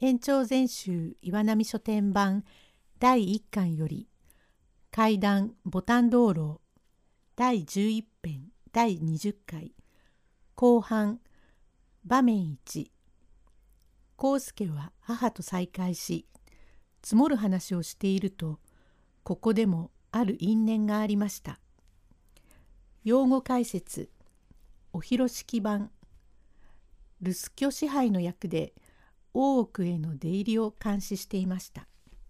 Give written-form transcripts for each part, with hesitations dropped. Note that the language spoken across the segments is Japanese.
延長全集岩波書店版第1巻より怪談牡丹道路第11編第20回後半場面1。康介は母と再会し積もる話をしていると、ここでもある因縁がありました。用語解説。お広敷版。留守居支配の役で大奥への出入りを監視していました。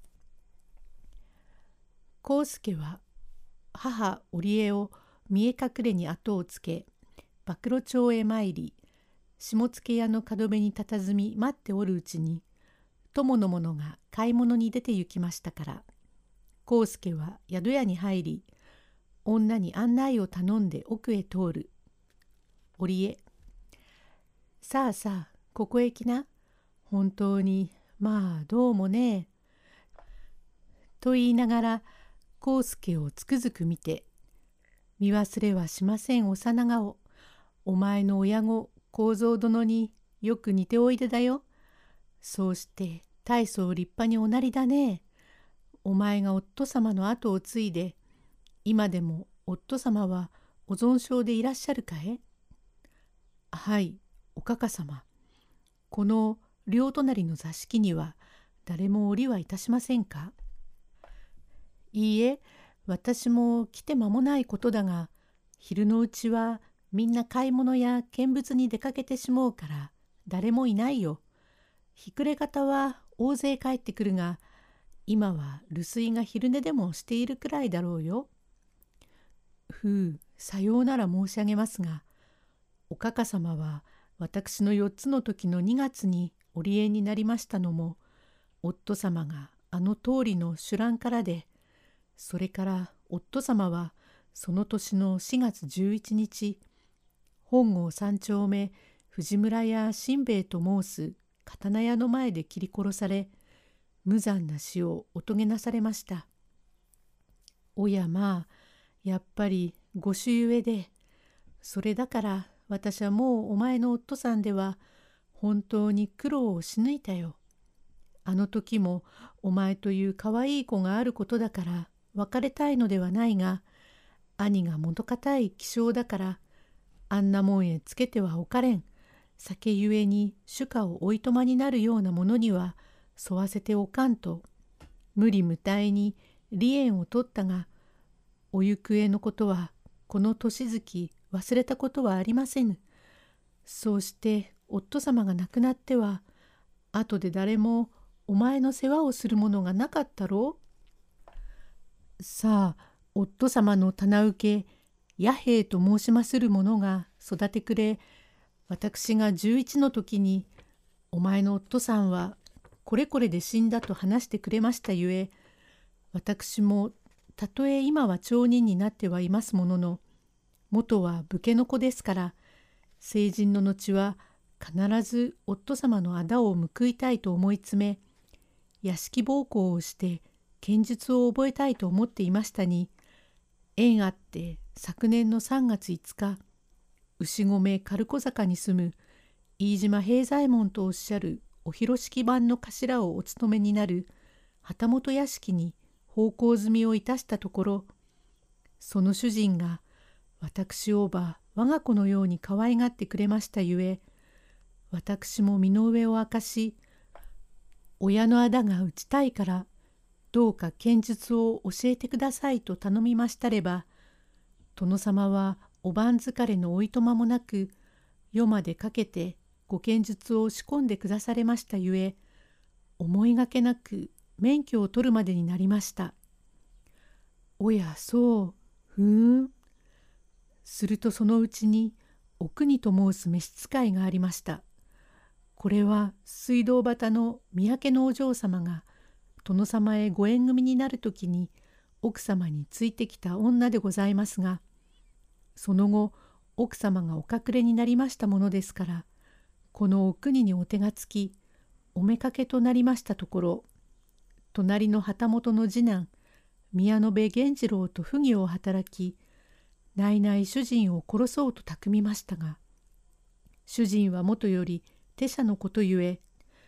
康介は母織江を見え隠れに後をつけ、暴露町へ参り、下野屋の角辺に佇み待っておるうちに、友の者が買い物に出て行きましたから、康介は宿屋に入り、女に案内を頼んで奥へ通る。織江、さあさあ、ここへ来な。本当に、まあどうもね。と言いながら、康介をつくづく見て、見忘れはしません幼顔。お前の親子、幸三殿によく似ておいでだよ。そうして大層立派におなりだね。お前が夫様の後を継いで、今でも夫様はお存生でいらっしゃるかえ？はい、おかか様。この両隣の座敷には誰もおりはいたしませんか？いいえ、私も来て間もないことだが、昼のうちはみんな買い物や見物に出かけてしもうから誰もいないよ。日暮れ方は大勢帰ってくるが、今は留守居が昼寝でもしているくらいだろうよ。ふう、さようなら申し上げますが、おかか様は私の4つの時の2月にお離縁になりましたのも、夫様があの通りの酒乱からで、それから夫様はその年の4月11日、本郷三丁目藤村屋新兵衛と申す刀屋の前で切り殺され、無残な死をお遂げなされました。おやまあ、やっぱりご主ゆえで、それだから私はもうお前の夫さんでは本当に苦労をしぬいたよ。あの時もお前というかわいい子があることだから別れたいのではないが、兄がもとかたい気性だから、あんなもんへつけてはおかれん。酒ゆえに主家をおいとまになるようなものには沿わせておかんと、無理無体に離縁を取ったが、お行方のことはこの年月忘れたことはありませぬ。そうして夫様が亡くなっては、後で誰もお前の世話をするものがなかったろう。さあ、夫様の棚受け、弥平と申しまする者が育てくれ、私が11の時に、お前の夫さんはこれこれで死んだと話してくれましたゆえ、私もたとえ今は町人になってはいますものの、元は武家の子ですから、成人の後は必ず夫様の仇を報いたいと思い詰め、屋敷奉公をして剣術を覚えたいと思っていましたに、縁あって昨年の3月5日、牛込軽子坂に住む飯島平左衛門とおっしゃるお広敷番の頭をお務めになる旗本屋敷に奉公済みをいたしたところ、その主人が私を我が子のように可愛がってくれましたゆえ、私も身の上を明かし、親の仇が討ちたいからどうか剣術を教えてくださいと頼みましたれば、殿様はお番疲れのおいとまもなく、夜までかけてご剣術を仕込んでくだされましたゆえ、思いがけなく免許を取るまでになりました。おやそう、ふーん。するとそのうちにお国と申す召使いがありました。これは水道端の三宅のお嬢様が殿様へご縁組になるときに奥様についてきた女でございますが、その後奥様がお隠れになりましたものですから、このお国にお手がつきおめかけとなりましたところ、隣の旗本の次男宮野部源次郎と不義を働き、ないない主人を殺そうと企みましたが、主人はもとより手者のことゆえ、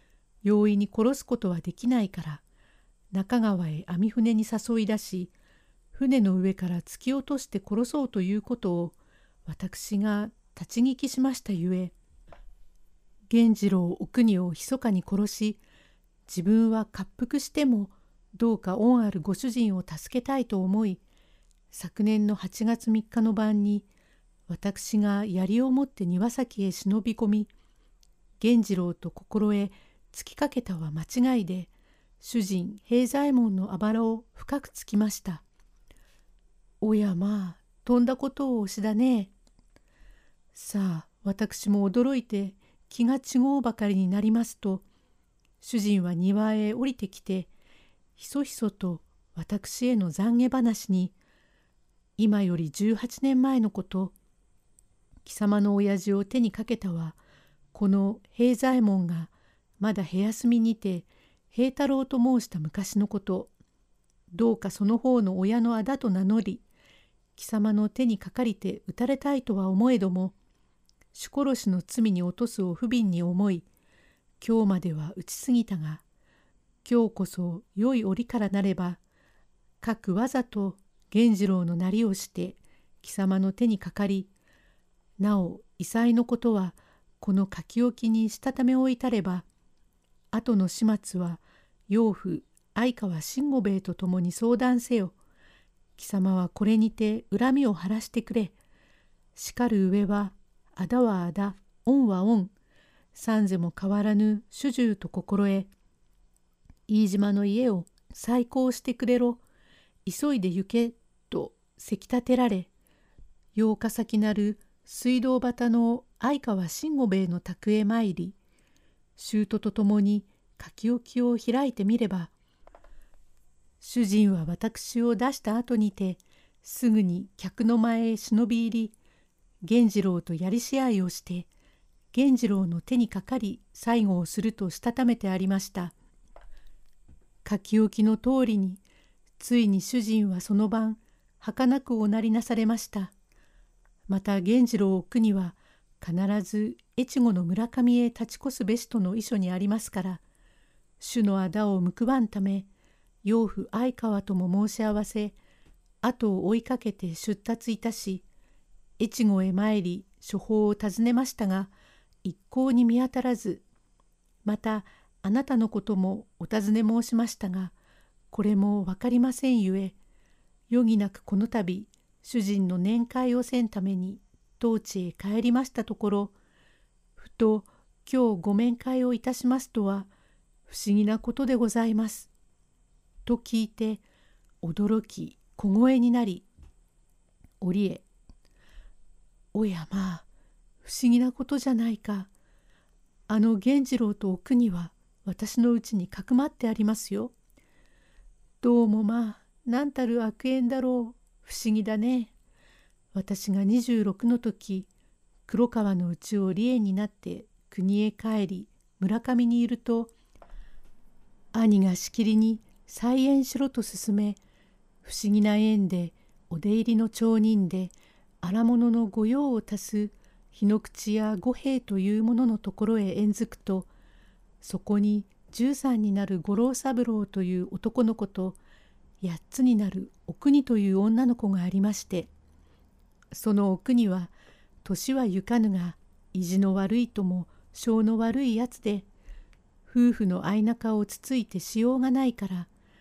容易に殺すことはできないから中川へ網船に誘い出し、船の上から突き落として殺そうということを私が立ち聞きしましたゆえ、源次郎お国を密かに殺し、自分は滑腹してもどうか恩あるご主人を助けたいと思い、昨年の8月3日の晩に私が槍を持って庭先へ忍び込み、源次郎と心へ突きかけたは間違いで、主人平左衛門のあばらを深くつきました。おやまあ、とんだことをおしだね。さあ、私も驚いて気が違うばかりになりますと、主人は庭へ降りてきて、ひそひそと私への懺悔話に、今より18年前のこと、貴様の親父を手にかけたは、この平左衛門がまだ部屋住みにて、平太郎と申した昔のこと、どうかその方の親のあだと名乗り、貴様の手にかかりて打たれたいとは思えども、主殺しの罪に落とすを不憫に思い、今日までは打ちすぎたが、今日こそ良い折からなれば、かくわざと源次郎のなりをして貴様の手にかかり、なお異彩のことはこの書き置きにしたためおいたれば、後の始末は養父相川慎吾兵衛と共に相談せよ。貴様はこれにて恨みを晴らしてくれ。しかる上はあだはあだ、恩は恩、三世も変わらぬ主従と心得、飯島の家を再興してくれろ。急いで行けとせき立てられ、8日先なる水道端の相川慎吾兵衛の宅へ参り、舅と共に書き置きを開いてみれば、主人は私を出した後にて、すぐに客の前へ忍び入り、源次郎とやりし合いをして、源次郎の手にかかり最後をするとしたためてありました。書き置きの通りに、ついに主人はその晩、儚くおなりなされました。また源次郎お国は、必ず越後の村上へ立ち越すべしとの遺書にありますから、主のあだを報わんため、養父相川とも申し合わせ、後を追いかけて出立いたし、越後へ参り処方を尋ねましたが、一向に見当たらず、またあなたのこともお尋ね申しましたが、これも分かりませんゆえ、余儀なくこの度、主人の年会をせんために、当地へ帰りましたところ、ふと今日ご面会をいたしますとは、不思議なことでございます。と聞いて、驚き小声になり、折へ、おやまあ、不思議なことじゃないか。あの源次郎とお国は私のうちにかくまってありますよ。どうもまあ、なんたる悪縁だろう。不思議だね。私が26の時、黒川のうちを離縁になって国へ帰り、村上にいると、兄がしきりに再縁しろと勧め、不思議な縁でお出入りの町人で荒物の御用を足す日の口や五兵というもののところへ縁づくと、そこに13になる五郎三郎という男の子と8つになるお国という女の子がありまして、そのお国は年はゆかぬが意地の悪いとも性の悪いやつで、夫婦の相仲をつついてしようがないから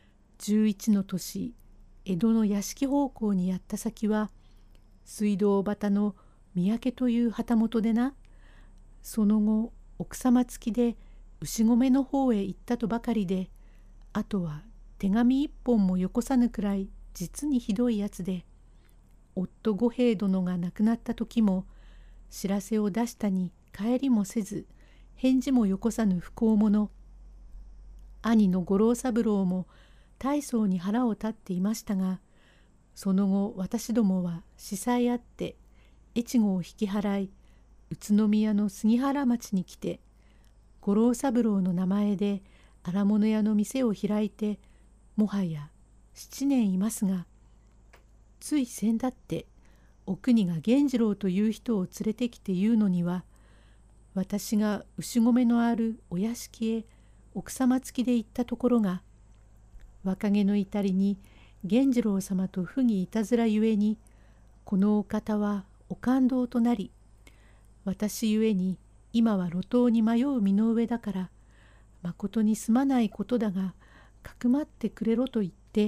、11の年江戸の屋敷方向にやった先は水道端の三宅という旗本でな、その後奥様付きで牛込の方へ行ったとばかりで、あとは手紙一本もよこさぬくらい実にひどいやつで、夫五兵殿が亡くなった時も知らせを出したに帰りもせず返事もよこさぬ不幸者。兄の五郎三郎も大層に腹を立っていましたが、その後私どもは司祭あって越後を引き払い、宇都宮の杉原町に来て、五郎三郎の名前で荒物屋の店を開いてもはや7年いますが、つい先だってお国が源次郎という人を連れてきて言うのには、私が牛込のあるお屋敷へ奥様付きで行ったところが、若気の至りに源次郎様と不義いたずらゆえに、このお方はお勘当となり、私ゆえに今は路頭に迷う身の上だから、まことにすまないことだが、かくまってくれろと言って、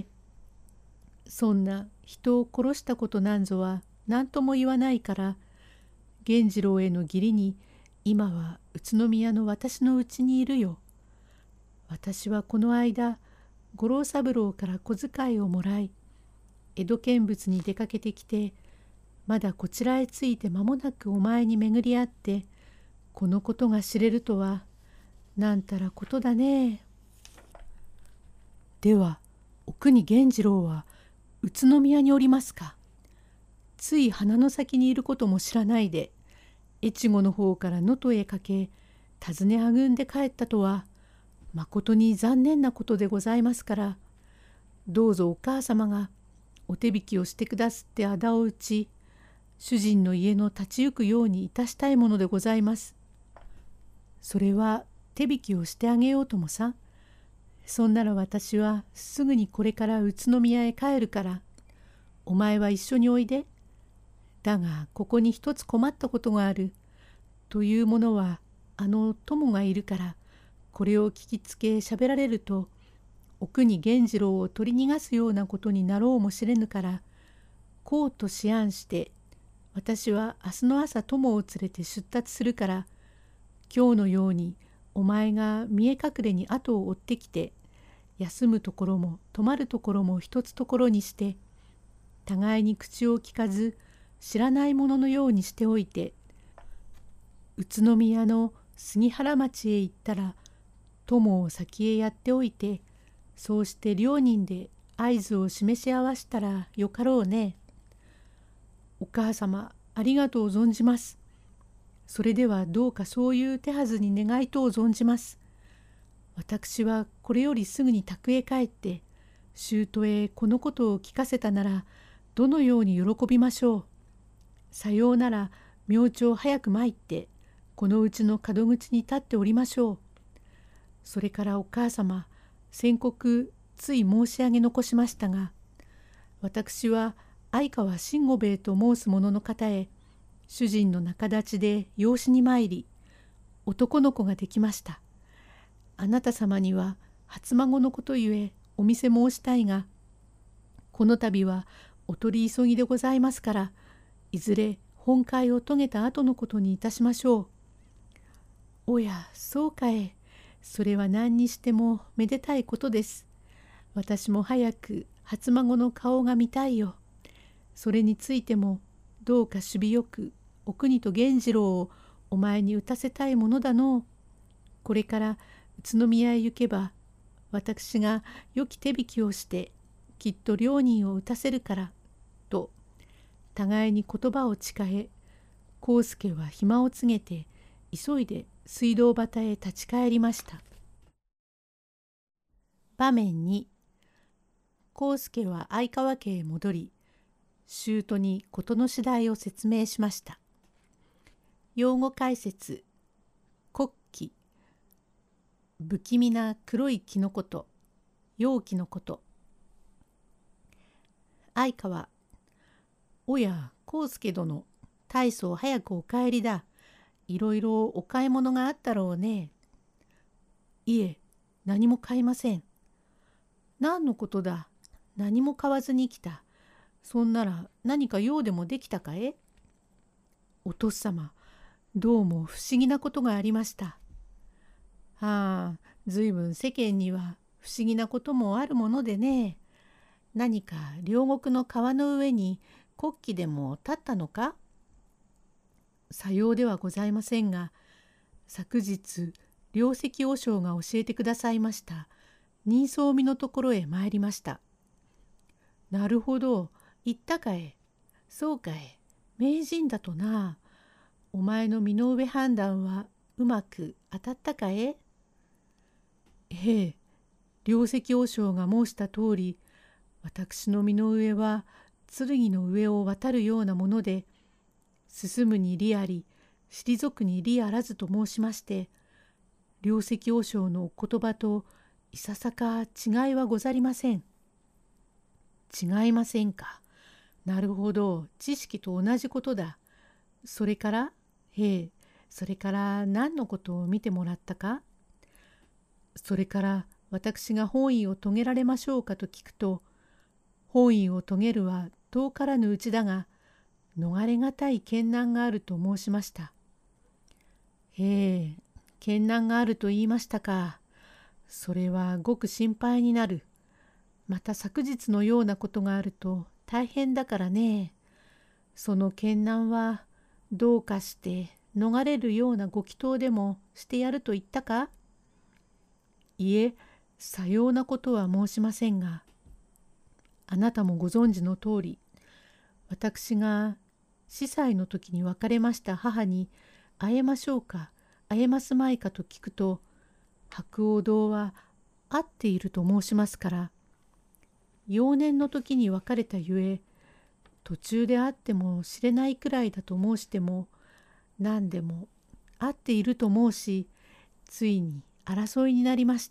そんな人を殺したことなんぞは何とも言わないから、源次郎への義理に今は宇都宮の私のうちにいるよ。私はこの間、五郎三郎から小遣いをもらい、江戸見物に出かけてきて、まだこちらへ着いて間もなくお前に巡り合って、このことが知れるとは、なんたらことだね。では、お国源次郎は宇都宮におりますか。つい鼻の先にいることも知らないで、越後の方から能登へかけ、訪ねあぐんで帰ったとは、まことに残念なことでございますから、どうぞお母様がお手引きをしてくだすって仇を討ち、主人の家の立ち行くようにいたしたいものでございます。それは手引きをしてあげようともさ。そんなら私はすぐにこれから宇都宮へ帰るから、お前は一緒においで。だがここに一つ困ったことがある。というものはあの友がいるから、これを聞きつけ喋られると、お国源次郎を取り逃がすようなことになろうもしれぬから、こうと思案して、私は明日の朝友を連れて出立するから、今日のようにお前が見え隠れに後を追ってきて、休むところも泊まるところも一つところにして、互いに口を聞かず知らないもののようにしておいて、宇都宮の杉原町へ行ったら友を先へやっておいて、そうして両人で合図を示し合わしたらよかろうね。お母様ありがとう存じます。それではどうかそういう手はずに願いとう存じます。私はこれよりすぐに宅へ帰って、舅へこのことを聞かせたなら、どのように喜びましょう。さようなら明朝早く参って、このうちの門口に立っておりましょう。それからお母様、先刻つい申し上げ残しましたが、私は相川慎吾兵衛と申す者の方へ、主人の仲立ちで養子に参り、男の子ができました。あなた様には初孫のことゆえお見せ申したいが、この度はお取り急ぎでございますから、いずれ本懐を遂げた後のことにいたしましょう。おや、そうかえ。それは何にしてもめでたいことです。私も早く初孫の顔が見たいよ。それについても、どうか首尾よくお国と源次郎をお前に打たせたいものだのう。これから宇都宮へ行けば、私が良き手引きをして、きっと両人を打たせるから、と、互いに言葉を誓え、康介は暇を告げて、急いで水道端へ立ち返りました。場面2、康介は相川家へ戻り、舅に事の次第を説明しました。用語解説。国旗。不気味な黒い木のこと、陽気のこと。相川。おや、康介殿、大層早くお帰りだ。いろいろお買い物があったろうね。いえ、何も買いません。何のことだ。何も買わずに来た。そんなら何か用でもできたかえ。お父様、どうも不思議なことがありました。ああ、ずいぶん世間には不思議なこともあるものでね。何か両国の川の上に国旗でも立ったのか。さようではございませんが、昨日両石和尚が教えてくださいました人相見のところへ参りました。なるほど、言ったかえ。そうかえ、名人だとな。お前の身の上判断はうまく当たったかえ。ええ、両石和尚が申した通り、私の身の上は剣の上を渡るようなもので、進むに利あり、退くに利あらずと申しまして、 両石和尚のお言葉といささか違いはござりません。違いませんか。なるほど、知識と同じことだ。それから、それから何のことを見てもらったか。それから私が本意を遂げられましょうかと聞くと、本意を遂げるは遠からぬうちだが、逃れがたい困難があると申しました。困難があると言いましたか。それはごく心配になる。また昨日のようなことがあると大変だからね。その困難はどうかして逃れるようなご祈祷でもしてやると言ったか。いえ、さようなことは申しませんが、あなたもご存知の通り、私が司祭の時に別れました母に会えましょうか、会えますまいかと聞くと、白鸚堂は会っていると申しますから、幼年の時に別れたゆえ、途中で会っても知れないくらいだと申しても、何でも会っていると申し、ついに争いになりました。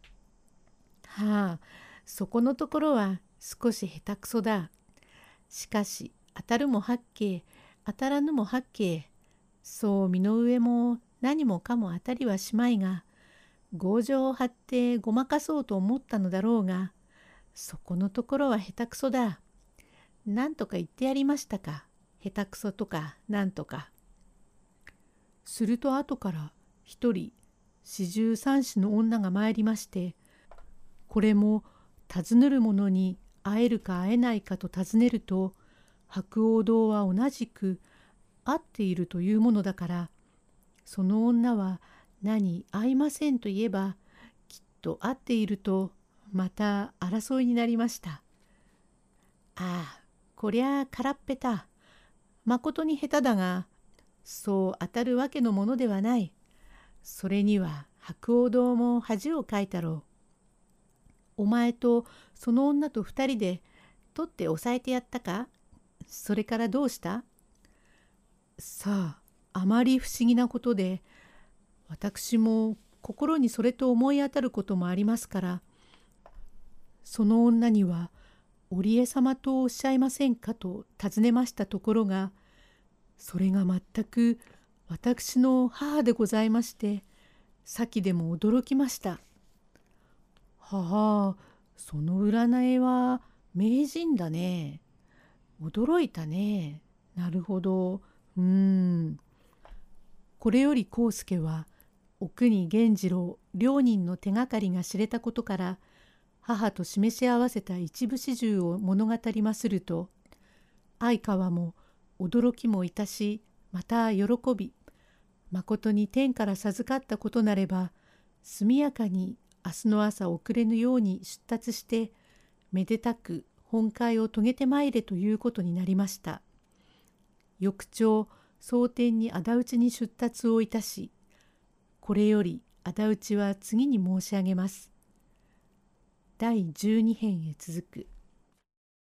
そこのところは少し下手くそだ。しかし当たるも八景、当たらぬも八景、そう身の上も何もかも当たりはしまいが、強情を張ってごまかそうと思ったのだろうが、そこのところは下手くそだ。なんとか言ってやりましたか。下手くそとかなんとか。すると後から一人四十三子の女が参りまして、これも尋ねる者に会えるか会えないかと尋ねると、白鸚堂は同じく会っているというものだから、その女は何会いませんと言えば、きっと会っているとまた争いになりました。こりゃ空っぺた。まことに下手だが、そう当たるわけのものではない。それには白鸚堂も恥をかいたろう。お前とその女と二人で取って押さえてやったか。それからどうした。さあ、あまり不思議なことで、私も心にそれと思い当たることもありますから、その女には織江様とおっしゃいませんかと尋ねましたところが、それが全く私の母でございまして、先でも驚きました。その占いは名人だね。驚いたね。なるほど。これより康介はお国源次郎両人の手がかりが知れたことから、母と示し合わせた一部始終を物語りますると、相川も驚きもいたし、また喜び、まことに天から授かったことなれば、速やかに明日の朝遅れぬように出立して、めでたく本会を遂げてまいれということになりました。翌朝、蒼天に仇討ちに出立をいたし、これより仇討ちは次に申し上げます。第12編へ続く。